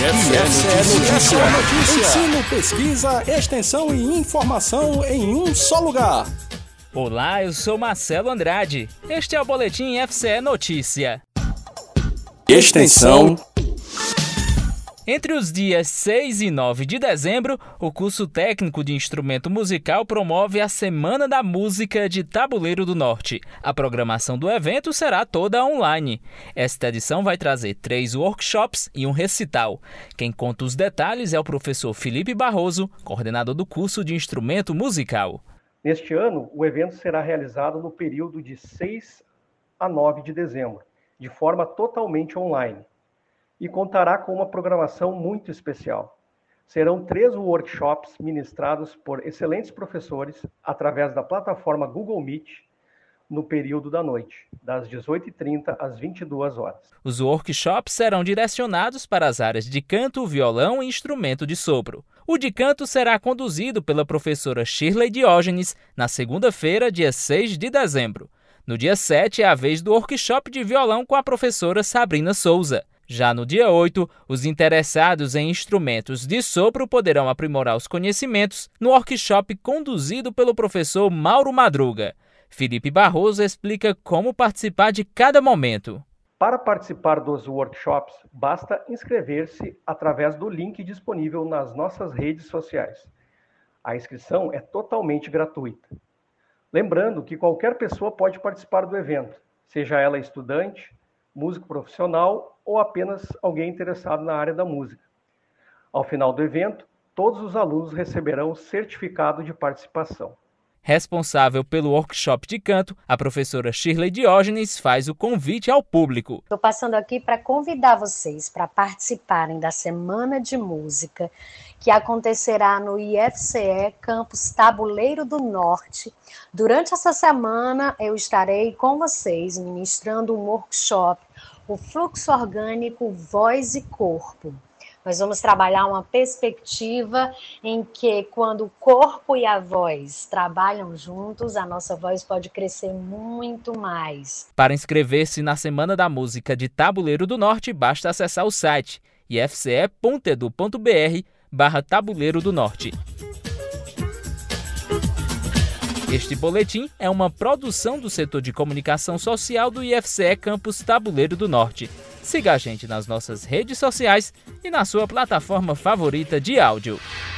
IFCE Notícia. Ensino, pesquisa, extensão e informação em um só lugar. Olá, eu sou Marcelo Andrade. Este é o Boletim IFCE Notícia. Extensão. Entre os dias 6 e 9 de dezembro, o curso técnico de instrumento musical promove a Semana da Música de Tabuleiro do Norte. A programação do evento será toda online. Esta edição vai trazer 3 workshops e um recital. Quem conta os detalhes é o professor Felipe Barroso, coordenador do curso de instrumento musical. Neste ano, o evento será realizado no período de 6 a 9 de dezembro, de forma totalmente online. E contará com uma programação muito especial. Serão 3 workshops ministrados por excelentes professores através da plataforma Google Meet no período da noite, das 18h30 às 22 horas. Os workshops serão direcionados para as áreas de canto, violão e instrumento de sopro. O de canto será conduzido pela professora Shirley Diógenes na segunda-feira, dia 6 de dezembro. No dia 7 é a vez do workshop de violão com a professora Sabrina Souza. Já no dia 8, os interessados em instrumentos de sopro poderão aprimorar os conhecimentos no workshop conduzido pelo professor Mauro Madruga. Felipe Barroso explica como participar de cada momento. Para participar dos workshops, basta inscrever-se através do link disponível nas nossas redes sociais. A inscrição é totalmente gratuita. Lembrando que qualquer pessoa pode participar do evento, seja ela estudante, músico profissional ou apenas alguém interessado na área da música. Ao final do evento, todos os alunos receberão o certificado de participação. Responsável pelo workshop de canto, a professora Shirley Diógenes faz o convite ao público. Estou passando aqui para convidar vocês para participarem da Semana de Música, que acontecerá no IFCE Campus Tabuleiro do Norte. Durante essa semana, eu estarei com vocês ministrando um workshop, o Fluxo Orgânico Voz e Corpo. Nós vamos trabalhar uma perspectiva em que, quando o corpo e a voz trabalham juntos, a nossa voz pode crescer muito mais. Para inscrever-se na Semana da Música de Tabuleiro do Norte, basta acessar o site ifce.edu.br/Tabuleiro do Norte. Este boletim é uma produção do setor de comunicação social do IFCE Campus Tabuleiro do Norte. Siga a gente nas nossas redes sociais e na sua plataforma favorita de áudio.